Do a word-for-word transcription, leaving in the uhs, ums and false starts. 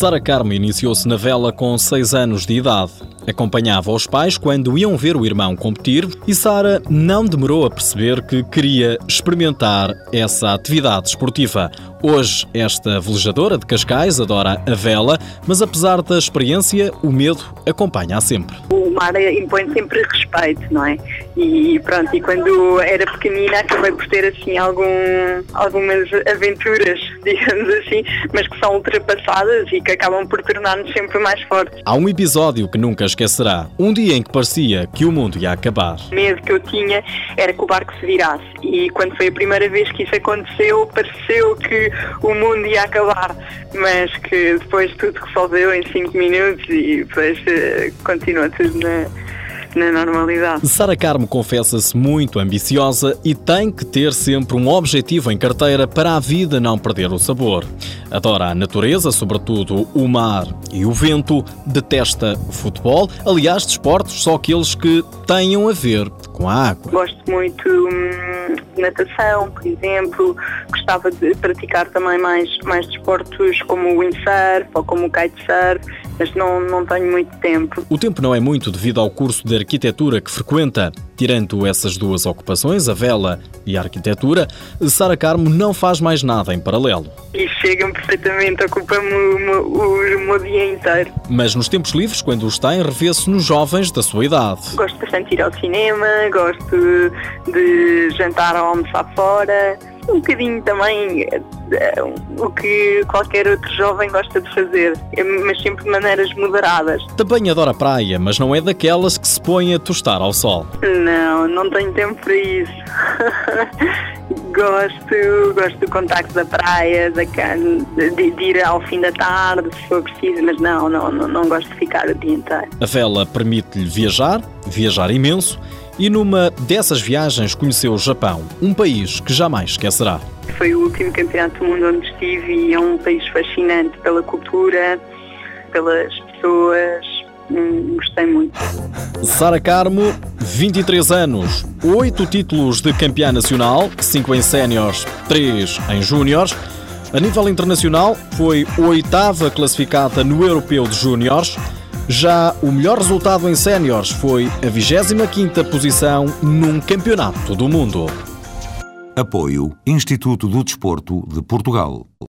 Sara Carmo iniciou-se na vela com seis anos de idade. Acompanhava os pais quando iam ver o irmão competir e Sara não demorou a perceber que queria experimentar essa atividade esportiva. Hoje, esta velejadora de Cascais adora a vela, mas apesar da experiência, o medo acompanha-a sempre. O mar impõe sempre respeito, não é? E pronto, e quando era pequenina acabei por ter assim algum, algumas aventuras, digamos assim, mas que são ultrapassadas e que acabam por tornar-nos sempre mais fortes. Há um episódio que nunca esquecerá, um dia em que parecia que o mundo ia acabar. O medo que eu tinha era que o barco se virasse e quando foi a primeira vez que isso aconteceu, pareceu que o mundo ia acabar, mas que depois tudo resolveu em cinco minutos e depois uh, continua tudo na... na normalidade. Sara Carmo confessa-se muito ambiciosa e tem que ter sempre um objetivo em carteira para a vida não perder o sabor. Adora a natureza, sobretudo o mar e o vento, detesta futebol, aliás, desportos só aqueles que tenham a ver com a água. Gosto muito hum, de natação, por exemplo, gostava de praticar também mais, mais desportos como o windsurf ou como o kitesurf, mas não, não tenho muito tempo. O tempo não é muito devido ao curso de arquitetura que frequenta. Tirando essas duas ocupações, a vela e a arquitetura, Sara Carmo não faz mais nada em paralelo. E chegam perfeitamente, ocupam-me o, o, o meu dia inteiro. Mas nos tempos livres, quando os tem, revê-se nos jovens da sua idade. Gosto bastante de ir ao cinema, gosto de jantar ou almoçar fora. Um bocadinho também o que qualquer outro jovem gosta de fazer, mas sempre de maneiras moderadas. Também adora a praia, mas não é daquelas que se põe a tostar ao sol. Não, não tenho tempo para isso. Gosto, gosto do contacto da praia, da, de, de ir ao fim da tarde, se for preciso, mas não, não, não, não gosto de ficar o dia inteiro. A vela permite-lhe viajar, viajar imenso, e numa dessas viagens conheceu o Japão, um país que jamais esquecerá. Foi o último campeonato do mundo onde estive e é um país fascinante pela cultura, pelas pessoas, hum, gostei muito. Sara Carmo, vinte e três anos, oito títulos de campeã nacional, cinco em séniores, três em júniores. A nível internacional, foi oitava classificada no Europeu de Júniores. Já o melhor resultado em séniores foi a vigésima quinta posição num campeonato do mundo. Apoio Instituto do Desporto de Portugal.